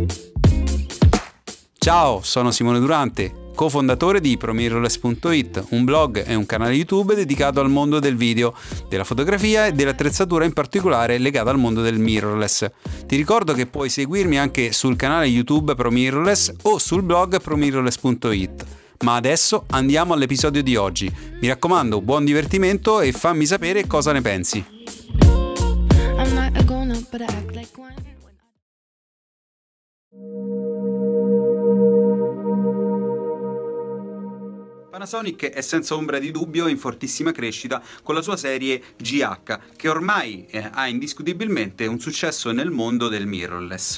Ciao, sono Simone Durante, cofondatore di ProMirrorless.it, un blog e un canale YouTube dedicato al mondo del video, della fotografia e dell'attrezzatura, in particolare legata al mondo del mirrorless. Ti ricordo che puoi seguirmi anche sul canale YouTube ProMirrorless o sul blog ProMirrorless.it. Ma adesso andiamo all'episodio di oggi. Mi raccomando, buon divertimento e fammi sapere cosa ne pensi. Panasonic è senza ombra di dubbio in fortissima crescita con la sua serie GH, che ormai ha indiscutibilmente un successo nel mondo del mirrorless.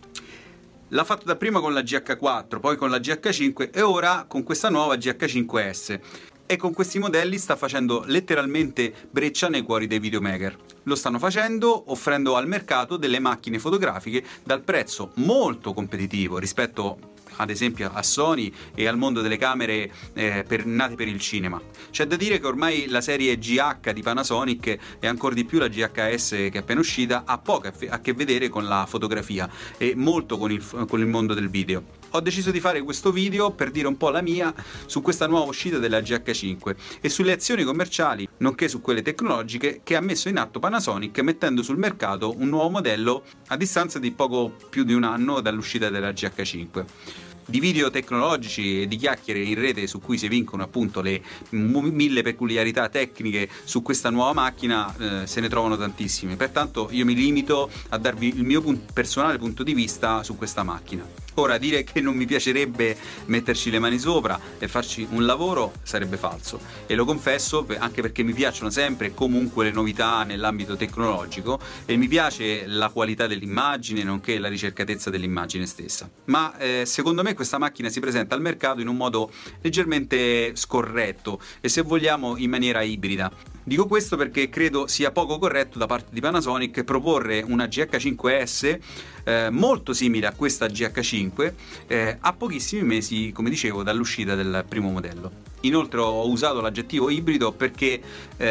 L'ha fatto dapprima con la GH4, poi con la GH5 e ora con questa nuova GH5S. E con questi modelli sta facendo letteralmente breccia nei cuori dei videomaker. Lo stanno facendo offrendo al mercato delle macchine fotografiche dal prezzo molto competitivo rispetto ad esempio a Sony e al mondo delle camere nate per il cinema. C'è da dire che ormai la serie GH di Panasonic e ancora di più la GHS che è appena uscita ha poco a che vedere con la fotografia e molto con il mondo del video. Ho deciso di fare questo video per dire un po' la mia su questa nuova uscita della GH5 e sulle azioni commerciali, nonché su quelle tecnologiche che ha messo in atto Panasonic mettendo sul mercato un nuovo modello a distanza di poco più di un anno dall'uscita della GH5. Di video tecnologici e di chiacchiere in rete su cui si vincono appunto le 1000 peculiarità tecniche su questa nuova macchina se ne trovano tantissime, pertanto io mi limito a darvi il mio personale punto di vista su questa macchina. Ora, dire che non mi piacerebbe metterci le mani sopra e farci un lavoro sarebbe falso, e lo confesso anche perché mi piacciono sempre e comunque le novità nell'ambito tecnologico e mi piace la qualità dell'immagine nonché la ricercatezza dell'immagine stessa, ma secondo me questa macchina si presenta al mercato in un modo leggermente scorretto e, se vogliamo, in maniera ibrida. Dico questo perché credo sia poco corretto da parte di Panasonic proporre una GH5S molto simile a questa GH5 a pochissimi mesi, come dicevo, dall'uscita del primo modello. Inoltre ho usato l'aggettivo ibrido perché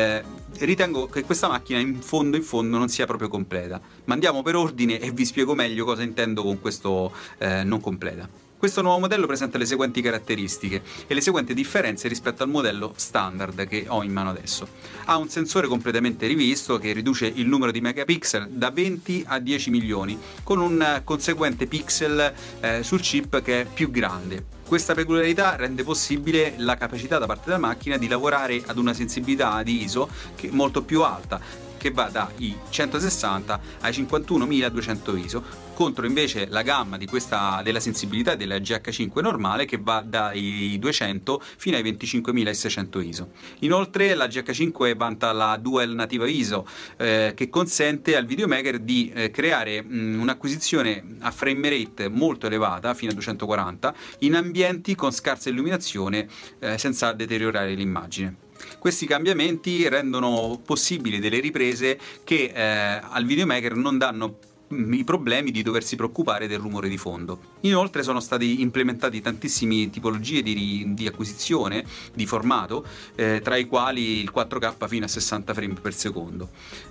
ritengo che questa macchina in fondo non sia proprio completa. Ma andiamo per ordine e vi spiego meglio cosa intendo con questo non completa. Questo nuovo modello presenta le seguenti caratteristiche e le seguenti differenze rispetto al modello standard che ho in mano adesso. Ha un sensore completamente rivisto che riduce il numero di megapixel da 20 a 10 milioni, con un conseguente pixel sul chip che è più grande. Questa peculiarità rende possibile la capacità da parte della macchina di lavorare ad una sensibilità di ISO molto più alta, che va dai 160 ai 51.200 ISO, contro invece la gamma della sensibilità della GH5 normale che va dai 200 fino ai 25.600 ISO. Inoltre la GH5 vanta la Dual Native ISO che consente al videomaker di creare un'acquisizione a frame rate molto elevata, fino a 240, in ambienti con scarsa illuminazione senza deteriorare l'immagine. Questi cambiamenti rendono possibili delle riprese che al videomaker non danno i problemi di doversi preoccupare del rumore di fondo. Inoltre sono stati implementati tantissime tipologie di acquisizione di formato, tra i quali il 4K fino a 60 frame per secondo,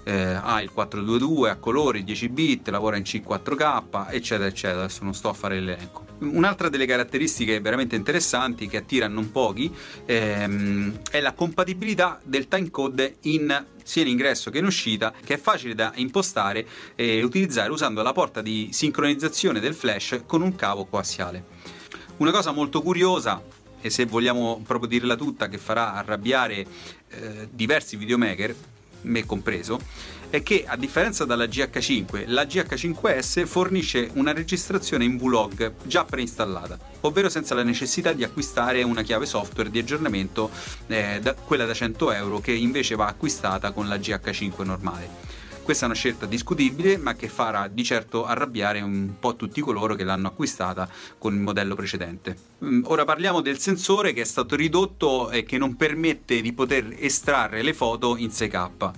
ha il 422 a colori, 10 bit, lavora in C4K, eccetera eccetera. Adesso non sto a fare l'elenco. Un'altra delle caratteristiche veramente interessanti che attira non pochi è la compatibilità del timecode sia in ingresso che in uscita, che è facile da impostare e utilizzare usando la porta di sincronizzazione del flash con un cavo coassiale. Una cosa molto curiosa, e se vogliamo proprio dirla tutta, che farà arrabbiare diversi videomaker, me compreso, è che a differenza dalla GH5, la GH5S fornisce una registrazione in Vlog già preinstallata, ovvero senza la necessità di acquistare una chiave software di aggiornamento, quella da 100 euro, che invece va acquistata con la GH5 normale. Questa è una scelta discutibile, ma che farà di certo arrabbiare un po' tutti coloro che l'hanno acquistata con il modello precedente. Ora parliamo del sensore, che è stato ridotto e che non permette di poter estrarre le foto in 6K,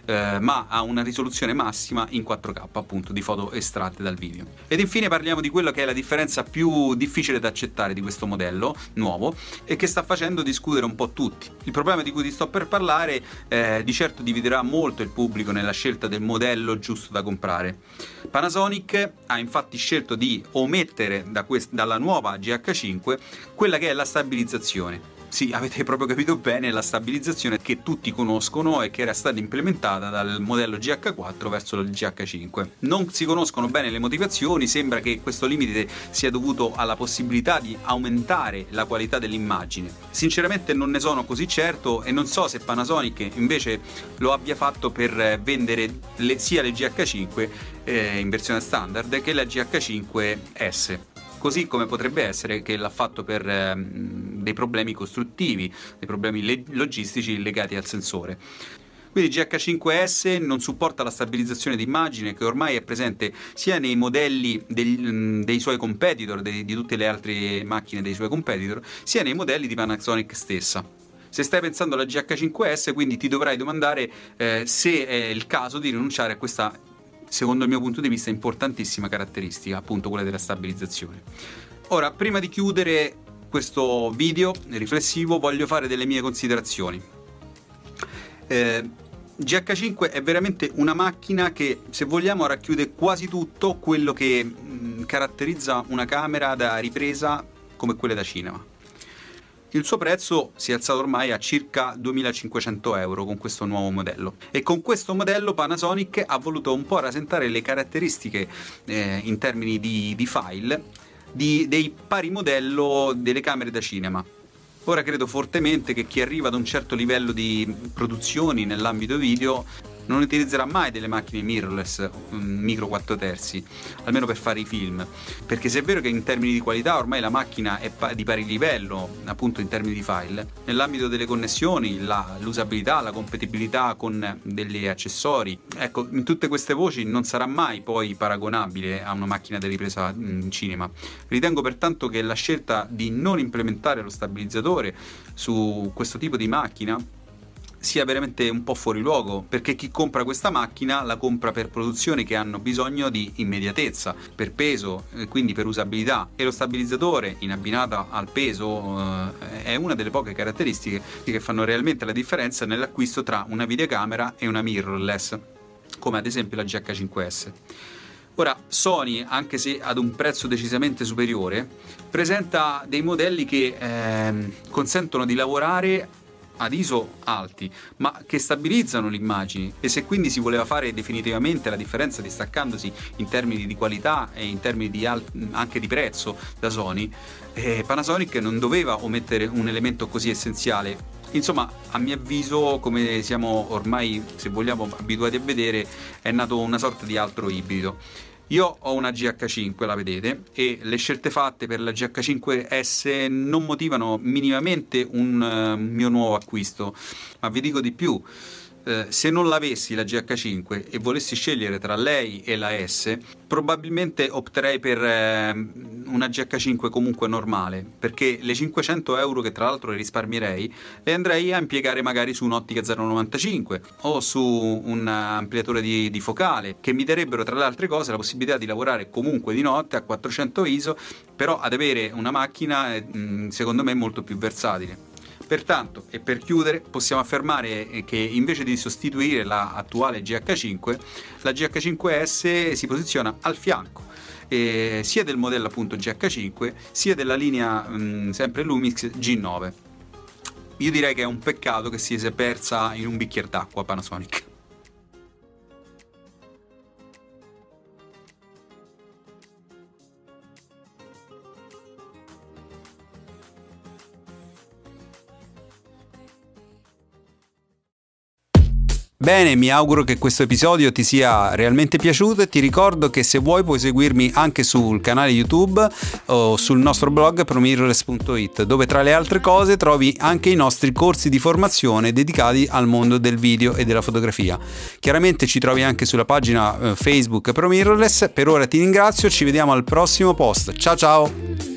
ma ha una risoluzione massima in 4K, appunto, di foto estratte dal video. Ed infine parliamo di quello che è la differenza più difficile da accettare di questo modello nuovo e che sta facendo discutere un po' tutti. Il problema di cui ti sto per parlare di certo dividerà molto il pubblico nella scelta del modello giusto da comprare. Panasonic ha infatti scelto di omettere dalla nuova GH5 quella che è la stabilizzazione. Sì, avete proprio capito bene, la stabilizzazione che tutti conoscono e che era stata implementata dal modello GH4 verso il GH5. Non si conoscono bene le motivazioni, sembra che questo limite sia dovuto alla possibilità di aumentare la qualità dell'immagine. Sinceramente non ne sono così certo e non so se Panasonic invece lo abbia fatto per vendere sia le GH5 in versione standard che la GH5S. Così come potrebbe essere che l'ha fatto per dei problemi costruttivi, dei problemi logistici legati al sensore. Quindi GH5S non supporta la stabilizzazione di immagine che ormai è presente sia nei modelli dei suoi competitor, di tutte le altre macchine dei suoi competitor, sia nei modelli di Panasonic stessa. Se stai pensando alla GH5S, quindi ti dovrai domandare se è il caso di rinunciare a questa, secondo il mio punto di vista, importantissima caratteristica, appunto quella della stabilizzazione. Ora, prima di chiudere questo video riflessivo, voglio fare delle mie considerazioni. GH5 è veramente una macchina che, se vogliamo, racchiude quasi tutto quello che caratterizza una camera da ripresa come quelle da cinema. Il suo prezzo si è alzato ormai a circa 2.500 euro con questo nuovo modello, e con questo modello Panasonic ha voluto un po' rasentare le caratteristiche in termini di file dei pari modello delle camere da cinema. Ora credo fortemente che chi arriva ad un certo livello di produzioni nell'ambito video non utilizzerà mai delle macchine mirrorless micro 4 terzi, almeno per fare i film, perché se è vero che in termini di qualità ormai la macchina è di pari livello, appunto in termini di file, nell'ambito delle connessioni, l'usabilità, la compatibilità con degli accessori, ecco, in tutte queste voci non sarà mai poi paragonabile a una macchina da ripresa in cinema. Ritengo pertanto che la scelta di non implementare lo stabilizzatore su questo tipo di macchina sia veramente un po' fuori luogo, perché chi compra questa macchina la compra per produzioni che hanno bisogno di immediatezza, per peso, quindi per usabilità, e lo stabilizzatore in abbinata al peso è una delle poche caratteristiche che fanno realmente la differenza nell'acquisto tra una videocamera e una mirrorless, come ad esempio la GH5S. Ora, Sony, anche se ad un prezzo decisamente superiore, presenta dei modelli che consentono di lavorare ad ISO alti, ma che stabilizzano le immagini, e se quindi si voleva fare definitivamente la differenza distaccandosi in termini di qualità e in termini anche di prezzo da Sony, Panasonic non doveva omettere un elemento così essenziale. Insomma, a mio avviso, come siamo ormai, se vogliamo, abituati a vedere, è nato una sorta di altro ibrido. Io ho una GH5, la vedete, e le scelte fatte per la GH5S non motivano minimamente un mio nuovo acquisto, ma vi dico di più. Se non l'avessi la GH5 e volessi scegliere tra lei e la S, probabilmente opterei per una GH5 comunque normale, perché le 500 euro che tra l'altro risparmierei le andrei a impiegare magari su un'ottica 0,95 o su un ampliatore di focale, che mi darebbero tra le altre cose la possibilità di lavorare comunque di notte a 400 ISO, però ad avere una macchina secondo me molto più versatile. Pertanto, e per chiudere, possiamo affermare che invece di sostituire la attuale GH5, la GH5S si posiziona al fianco sia del modello appunto GH5 sia della linea sempre Lumix G9. Io direi che è un peccato che si sia persa in un bicchiere d'acqua Panasonic. Bene, mi auguro che questo episodio ti sia realmente piaciuto e ti ricordo che se vuoi puoi seguirmi anche sul canale YouTube o sul nostro blog promirrorless.it, dove tra le altre cose trovi anche i nostri corsi di formazione dedicati al mondo del video e della fotografia. Chiaramente ci trovi anche sulla pagina Facebook ProMirrorless. Per ora ti ringrazio, ci vediamo al prossimo post. Ciao ciao!